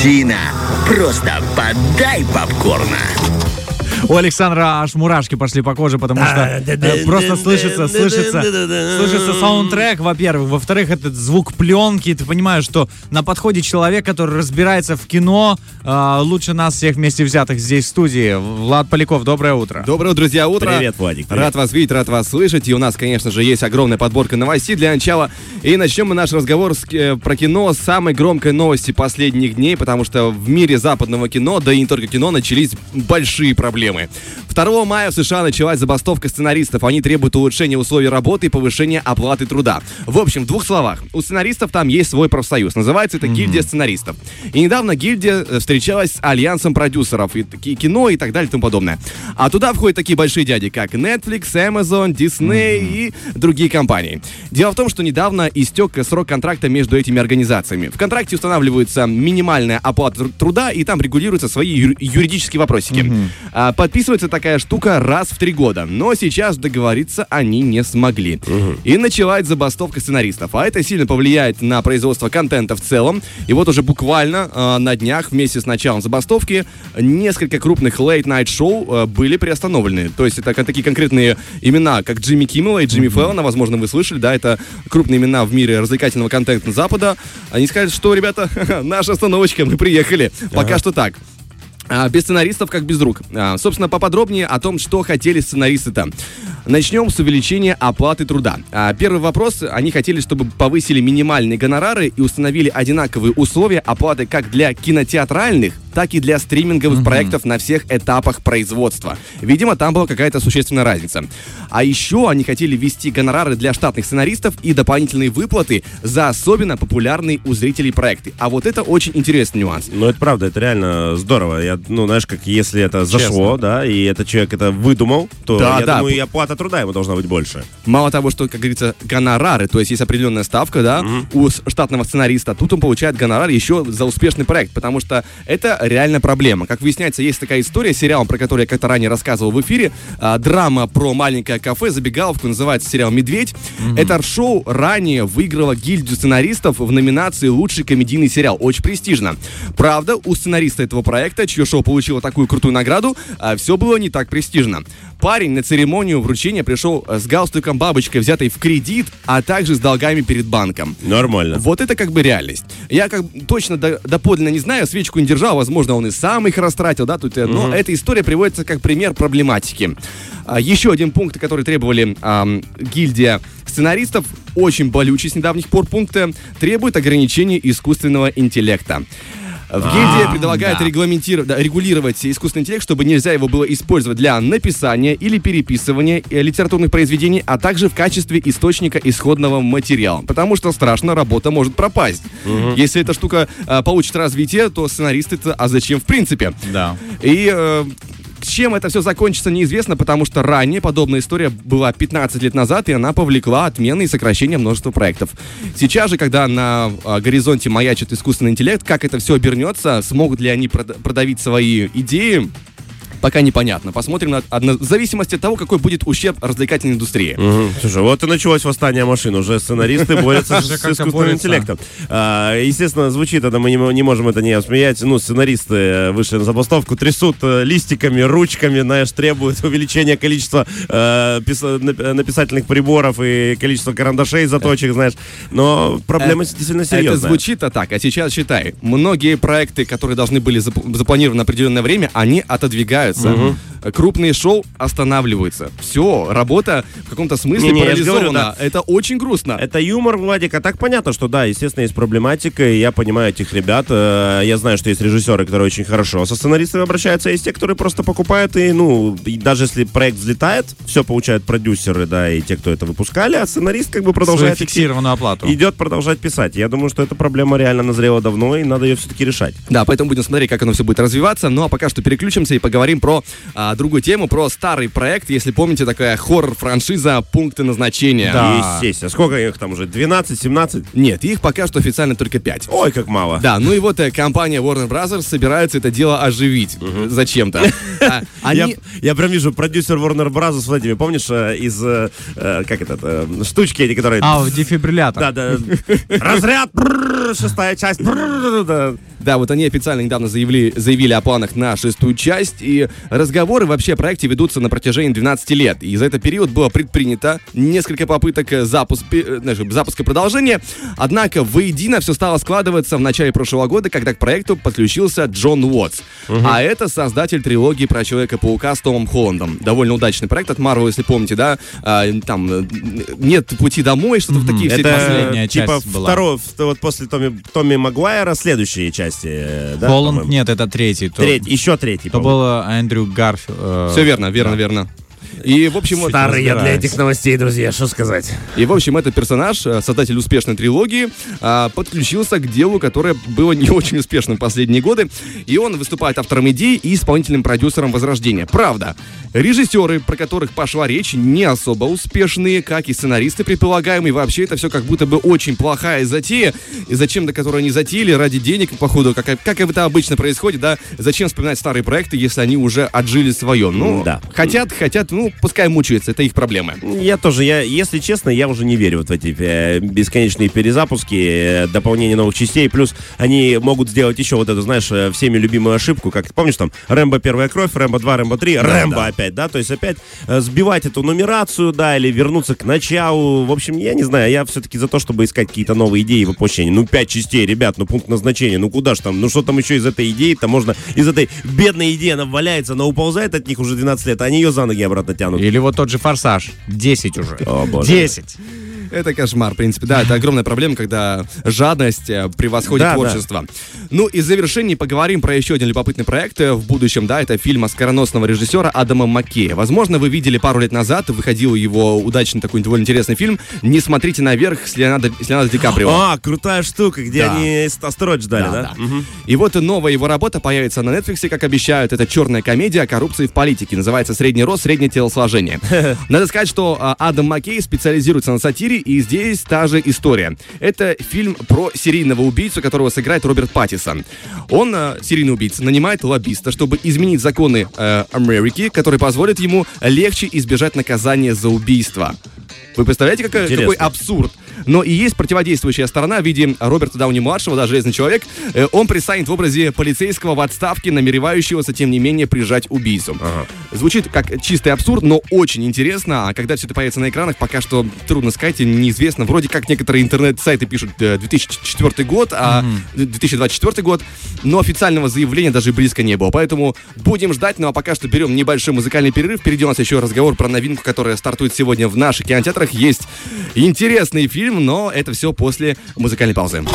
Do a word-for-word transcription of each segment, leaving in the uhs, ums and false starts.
Тина, просто подай попкорна. У Александра аж мурашки пошли по коже, потому что э, просто слышится, слышится, слышится саундтрек, во-первых. Во-вторых, этот звук пленки. Ты понимаешь, что на подходе человек, который разбирается в кино, э, лучше нас всех вместе взятых здесь в студии. Влад Поляков, доброе утро. Доброе утро, друзья, утро. Привет, Владик. Привет. Рад вас видеть, рад вас слышать. И у нас, конечно же, есть огромная подборка новостей для начала. И начнем мы наш разговор с, э, про кино с самой громкой новости последних дней, потому что в мире западного кино, да и не только кино, начались большие проблемы. второго мая в США началась забастовка сценаристов. Они требуют улучшения условий работы и повышения оплаты труда. В общем, в двух словах. У сценаристов там есть свой профсоюз. Называется это гильдия сценаристов. И недавно гильдия встречалась с альянсом продюсеров. И, и кино и так далее и тому подобное. А туда входят такие большие дяди, как Netflix, Amazon, Disney mm-hmm. и другие компании. Дело в том, что недавно истек срок контракта между этими организациями. В контракте устанавливается минимальная оплата труда, и там регулируются свои ю- юридические вопросики. Mm-hmm. Подписывается такая штука раз в три года, но сейчас договориться они не смогли. Uh-huh. И началась забастовка сценаристов, а это сильно повлияет на производство контента в целом. И вот уже буквально э, на днях вместе с началом забастовки несколько крупных late-night шоу э, были приостановлены. То есть это такие конкретные имена, как Джимми Киммела и Джимми uh-huh. Фэллона, возможно, вы слышали, да, это крупные имена в мире развлекательного контента Запада. Они сказали, что, ребята, наша остановочка, мы приехали. Uh-huh. Пока что так. А, без сценаристов, как без рук. А, собственно, поподробнее о том, что хотели сценаристы-то. Начнем с увеличения оплаты труда. А, первый вопрос. Они хотели, чтобы повысили минимальные гонорары и установили одинаковые условия оплаты как для кинотеатральных, так и для стриминговых mm-hmm. проектов на всех этапах производства. Видимо, там была какая-то существенная разница. А еще они хотели ввести гонорары для штатных сценаристов и дополнительные выплаты за особенно популярные у зрителей проекты. А вот это очень интересный нюанс. Ну, это правда, это реально здорово. Я, ну, знаешь, как если это зашло, Честно. да, и этот человек это выдумал, то да, я да. думаю, и оплата труда ему должна быть больше. Мало того, что, как говорится, гонорары, то есть есть определенная ставка, да, mm-hmm. у штатного сценариста, тут он получает гонорар еще за успешный проект, потому что это реально проблема. Как выясняется, есть такая история, сериал, про который я как-то ранее рассказывал в эфире, а, драма про маленькое кафе, забегаловку, называется сериал «Медведь». Mm-hmm. Это шоу ранее выиграло гильдию сценаристов в номинации «Лучший комедийный сериал». Очень престижно. Правда, у сценариста этого проекта, чье шоу получило такую крутую награду, а, все было не так престижно. Парень на церемонию вручения пришел с галстуком бабочкой, взятой в кредит, а также с долгами перед банком. Нормально. Вот это как бы реальность. Я как точно доподлинно не знаю, свечку не держал, возможно, он и сам их растратил, да, тут, но mm-hmm. эта история приводится как пример проблематики. А, еще один пункт, который требовали а, гильдия сценаристов, очень болючий с недавних пор пункты, требует ограничения искусственного интеллекта. В гильдии предлагают да. регламентировать, да, регулировать искусственный интеллект, чтобы нельзя его было использовать для написания или переписывания литературных произведений, а также в качестве источника исходного материала. Потому что страшно, работа может пропасть. Угу. Если эта штука а, получит развитие, то сценаристы-то, а зачем в принципе? Да. И... А, чем это все закончится, неизвестно, потому что ранее подобная история была пятнадцать лет назад, и она повлекла отмены и сокращение множества проектов. Сейчас же, когда на а, горизонте маячит искусственный интеллект, как это все обернется, смогут ли они прод- продавить свои идеи, пока непонятно. Посмотрим на, на, в зависимости от того, какой будет ущерб развлекательной индустрии. Угу. Слушай, вот и началось восстание машин. Уже сценаристы борются с искусственным интеллектом. Естественно, звучит это, мы не можем это не осмеять. Ну, сценаристы вышли на забастовку, трясут листиками, ручками, знаешь, требуют увеличения количества написательных приборов и количества карандашей, заточек, знаешь. Но проблема действительно серьезная. Это звучит-то так, а сейчас считай. Многие проекты, которые должны были запланированы на определенное время, они отодвигаются. Угу. Крупные шоу останавливаются. Все, работа в каком-то смысле не, не, парализована. Говорю, да. Это очень грустно. Это юмор, Владик. А так понятно, что да, естественно, есть проблематика, и я понимаю этих ребят. Я знаю, что есть режиссеры, которые очень хорошо со сценаристами обращаются, а есть те, которые просто покупают, и, ну, и даже если проект взлетает, все получают продюсеры, да, и те, кто это выпускали, а сценарист как бы продолжает... Свою фиксированную оплату. Идет продолжать писать. Я думаю, что эта проблема реально назрела давно, и надо ее все-таки решать. Да, поэтому будем смотреть, как оно все будет развиваться. Ну, а пока что переключимся и поговорим про а, а, другую тему, про старый проект, если помните, такая хоррор-франшиза «Пункты назначения». Да. Естественно. Сколько их там уже? двенадцать, семнадцать? Нет, их пока что официально только пять. Ой, как мало. Да, ну и вот э, компания Warner Bros. Собирается это дело оживить угу. зачем-то. А, они... я, я прям вижу продюсер Warner Bros. С этими, помнишь, из, э, как это, э, штучки эти, которые... А, в дефибриллятор. Да, да. Разряд, шестая часть. Да. Да, вот они официально недавно заявили, заявили о планах на шестую часть, и разговоры вообще о проекте ведутся на протяжении двенадцати лет. И за этот период было предпринято несколько попыток запуска, запуска продолжения, однако воедино все стало складываться в начале прошлого года, когда к проекту подключился Джон Уотс. Угу. А это создатель трилогии про Человека-паука с Томом Холландом. Довольно удачный проект от Marvel, если помните, да? А, там «Нет пути домой», что-то угу. в такие все... Это последняя типа часть была. Второй, вот после Томми, Томми Магуайра следующие части. Да, Холланд, по-моему? нет, это третий. Третий, еще третий. То был Эндрю Гарфилд. Э, Все верно, верно, да. верно. И, в общем, старый я для этих новостей, друзья, что сказать. И, в общем, этот персонаж, создатель успешной трилогии, подключился к делу, которое было не очень успешным в последние годы. И он выступает автором идей и исполнительным продюсером «Возрождения». Правда, режиссеры, про которых пошла речь, не особо успешные, как и сценаристы предполагаемые. Вообще, это все как будто бы очень плохая затея. И зачем-то, которую они затеяли ради денег, походу, как, как это обычно происходит, да? Зачем вспоминать старые проекты, если они уже отжили свое? Ну, да. хотят, хотят, ну, пускай мучаются, это их проблемы. Я тоже, я, если честно, я уже не верю вот в эти э, бесконечные перезапуски, э, дополнение новых частей, плюс они могут сделать еще вот эту, знаешь, э, всеми любимую ошибку, как ты помнишь, там, Рэмбо первая кровь, Рэмбо два, Рэмбо три, да, Рэмбо да. опять, да, то есть опять э, сбивать эту нумерацию, да, или вернуться к началу, в общем, я не знаю, я все-таки за то, чтобы искать какие-то новые идеи и воплощения. Ну, пять частей, ребят, ну, пункт назначения, ну, куда ж там, ну, что там еще из этой идеи, там можно, из этой бедной идеи она валяется, она уползает от них уже двенадцать лет, а они ее за ноги обратно тянут. Или вот тот же «Форсаж». десять уже. О, боже. десять. Это кошмар, в принципе. Да, это огромная проблема, когда жадность превосходит да, творчество. Да. Ну и в завершении поговорим про еще один любопытный проект в будущем. Да, это фильм оскароносного режиссера Адама Маккея. Возможно, вы видели пару лет назад, выходил его удачный такой довольно интересный фильм «Не смотрите наверх» с Леонардо, с Леонардо Ди Каприо. А, крутая штука, где да. они астероид ждали, да? да? да. Угу. И вот новая его работа появится на Netflix, как обещают. Это черная комедия о коррупции в политике. Называется «Средний рост, среднее телосложение». Надо сказать, что Адам Маккей специализируется на сатире, и здесь та же история. Это фильм про серийного убийцу, которого сыграет Роберт Паттинсон. Он, э, серийный убийца, нанимает лоббиста, чтобы изменить законы э, Америки, которые позволят ему легче избежать наказания за убийство. Вы представляете, какой, какой абсурд? Но и есть противодействующая сторона в виде Роберта Дауни-младшего, да, Железный человек. Э, он предстанет в образе полицейского в отставке, намеревающегося, тем не менее, прижать убийцу. Ага. Звучит как чистый абсурд, но очень интересно. А когда все это появится на экранах, пока что трудно сказать, неизвестно. Вроде как некоторые интернет-сайты пишут две тысячи четвёртый год, а mm-hmm. две тысячи двадцать четвёртый год, но официального заявления даже близко не было. Поэтому будем ждать, ну а пока что берем небольшой музыкальный перерыв. Впереди у нас еще разговор про новинку, которая стартует сегодня в наших кинотеатрах. Есть интересный фильм, но это все после музыкальной паузы.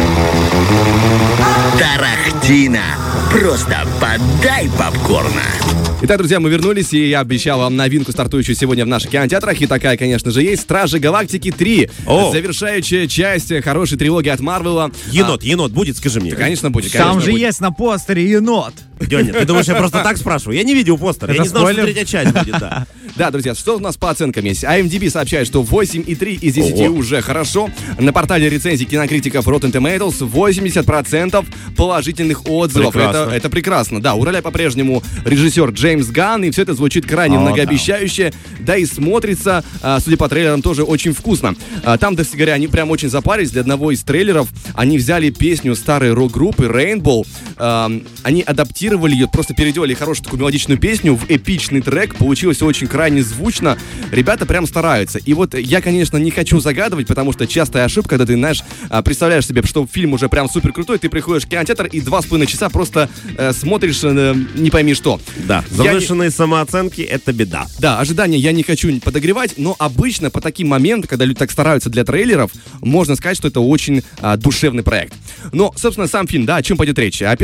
Тарахтина. Просто подай попкорна. Итак, друзья, мы вернулись, и я обещал вам новинку, стартующую сегодня в наших кинотеатрах. И такая, конечно же, есть. «Стражи Галактики три». О! Завершающая часть хорошей трилогии от Марвела. Енот, а, енот будет, скажи мне. Конечно, будет. Там конечно, же будет. есть на постере енот. Дёня, ты думаешь, я просто так спрашиваю? Я не видел постера, я не знал, что третья часть будет, да. Да, друзья, что у нас по оценкам есть? ай эм ди би сообщает, что восемь и три из десяти Ого. уже хорошо. На портале рецензий кинокритиков Rotten Tomatoes восемьдесят процентов положительных отзывов. Это, это прекрасно. Да, у руля по-прежнему режиссер Джеймс Ганн, и все это звучит крайне О, многообещающе. Да. да и смотрится, судя по трейлерам, тоже очень вкусно. Там, кстати говоря, они прям очень запарились. Для одного из трейлеров они взяли песню старой рок-группы Rainbow. Они адаптировали ее, просто переделали хорошую такую мелодичную песню в эпичный трек. Получилось очень крайне звучно. Ребята прям стараются. И вот я, конечно, не хочу загадывать, потому что частая ошибка, когда ты, знаешь, представляешь себе, что фильм уже прям супер крутой, ты приходишь в кинотеатр и два с половиной часа просто э, смотришь э, не пойми что. Да, завышенные не... самооценки — это беда. Да, ожидания я не хочу подогревать, но обычно по таким моментам, когда люди так стараются для трейлеров, можно сказать, что это очень а, душевный проект. Но, собственно, сам фильм, да, о чем пойдет речь? Описание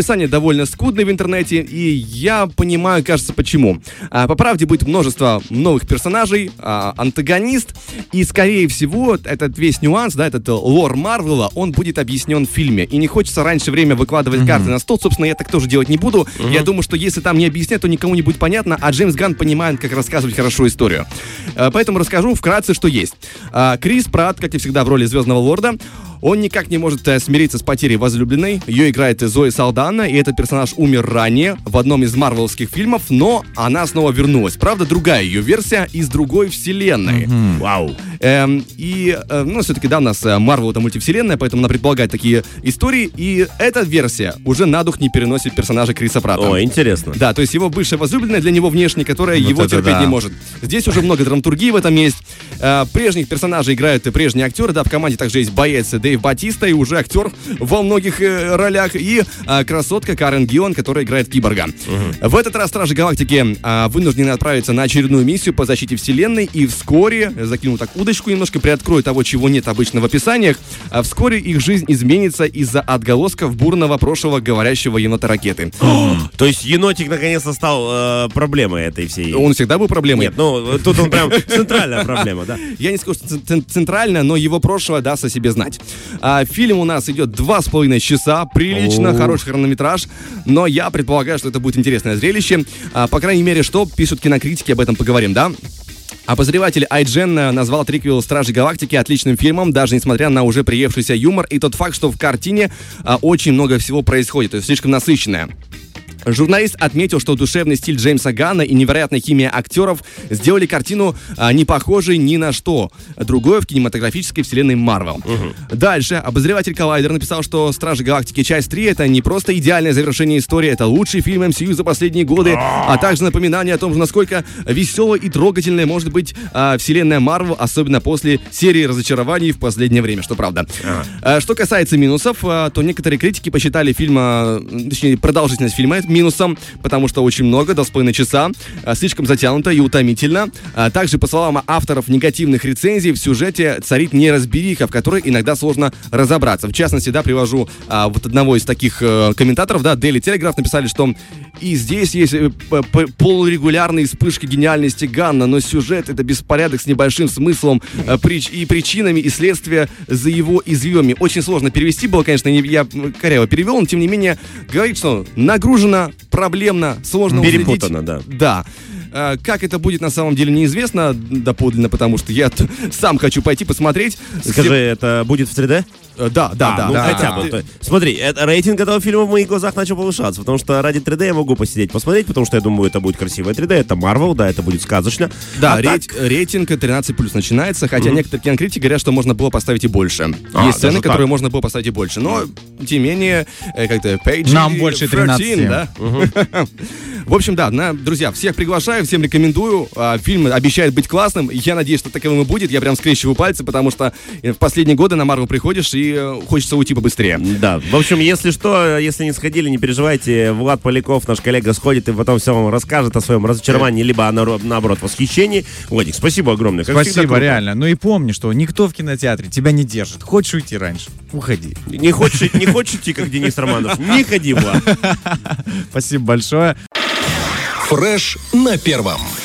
описание довольно скудное в интернете, и я понимаю, кажется, почему. А, по правде, будет множество новых персонажей, а, антагонист, и, скорее всего, этот весь нюанс, да, этот лор Марвела, он будет объяснен в фильме. И не хочется раньше время выкладывать mm-hmm. карты на стол. Собственно, я так тоже делать не буду. Mm-hmm. Я думаю, что если там не объяснят, то никому не будет понятно, а Джеймс Ганн понимает, как рассказывать хорошо историю. А, поэтому расскажу вкратце, что есть. А, Крис Пратт, как и всегда в роли Звездного Лорда, он никак не может э, смириться с потерей возлюбленной. Ее играет Зои Салдана, и этот персонаж умер ранее в одном из марвеловских фильмов, но она снова вернулась. Правда, другая ее версия из другой вселенной. Mm-hmm. Вау. Эм, и, э, ну, все-таки, да, у нас Марвел — это мультивселенная, поэтому она предполагает такие истории, и эта версия уже на дух не переносит персонажа Криса Пратта. О, интересно. Да, то есть его бывшая возлюбленная для него внешне, которая вот его терпеть да. не может. Здесь уже много драматургии в этом есть. Э, прежних персонажей играют и прежние актеры, да, в команде также есть боец Дэйв Батиста, и уже актер во многих э, ролях, и э, красотка Карен Гиллан, которая играет Киборга. Угу. В этот раз Стражи Галактики э, вынуждены отправиться на очередную миссию по защите вселенной, и вскоре, закину так удочку немножко, приоткрою того, чего нет обычно в описаниях, а вскоре их жизнь изменится из-за отголосков бурного прошлого говорящего енота-ракеты. То есть енотик наконец-то стал э, проблемой этой всей... Он всегда был проблемой? Нет, ну тут он прям центральная проблема, да? Я не скажу, что центральная, но его прошлое даст о себе знать. А, фильм у нас идет два с половиной часа, прилично, О. хороший хронометраж, но я предполагаю, что это будет интересное зрелище. А, по крайней мере, что пишут кинокритики, об этом поговорим, да? Обозреватель ай джи эн назвал триквел «Стражи Галактики» отличным фильмом, даже несмотря на уже приевшийся юмор и тот факт, что в картине а, очень много всего происходит, то есть слишком насыщенная. Журналист отметил, что душевный стиль Джеймса Ганна и невероятная химия актеров сделали картину а, не похожей ни на что другое в кинематографической вселенной Марвел. Угу. Дальше обозреватель Коллайдер написал, что «Стражи Галактики. Часть три» — это не просто идеальное завершение истории, это лучший фильм эм си ю за последние годы, а также напоминание о том, насколько веселой и трогательной может быть а, вселенная Марвел, особенно после серии разочарований в последнее время, что правда. Ага. А, что касается минусов, а, то некоторые критики посчитали фильма, точнее, продолжительность фильма минусом, потому что очень много, два с половиной часа, а, слишком затянуто и утомительно. А, также, по словам авторов негативных рецензий, в сюжете царит неразбериха, в которой иногда сложно разобраться. В частности, да, привожу а, вот одного из таких а, комментаторов, да, Daily Telegraph написали, что и здесь есть полурегулярные вспышки гениальности Ганна, но сюжет — это беспорядок с небольшим смыслом а, прич, и причинами, и следствия за его изъемами. Очень сложно перевести было, конечно, я коряво перевел, но тем не менее говорит, что нагружено, проблемно, сложно уследить. Перепутано, да. Да. А, как это будет на самом деле неизвестно доподлинно, потому что я сам хочу пойти посмотреть. Скажи, Все... это будет в три дэ? Да, да, а, да. Ну, да. хотя бы. Ты... Смотри, это, рейтинг этого фильма в моих глазах начал повышаться, потому что ради три дэ я могу посидеть, посмотреть, потому что я думаю, это будет красивое три дэ, это Marvel, да, это будет сказочно. Да, а рейт, так... рейтинг тринадцать плюс начинается, хотя mm-hmm. некоторые кинокритики говорят, что можно было поставить и больше. А, есть сцены, которые так. можно было поставить и больше, но, тем не менее, как-то пейджи... Нам больше тринадцать. Да? Uh-huh. В общем, да, на, друзья, всех приглашаю, всем рекомендую. А, фильм обещает быть классным. Я надеюсь, что таковым и будет. Я прям скрещиваю пальцы, потому что в последние годы на Marvel приходишь и э, хочется уйти побыстрее. Да. В общем, если что, если не сходили, не переживайте. Влад Поляков, наш коллега, сходит и потом все вам расскажет о своем разочаровании, либо о, наоборот, восхищении. Владик, спасибо огромное. Как спасибо, реально. Ну и помни, что никто в кинотеатре тебя не держит. Хочешь уйти раньше? Уходи. Не хочешь, не хочешь идти, как Денис Романов? Не ходи, Влад. Спасибо большое. Фреш на первом.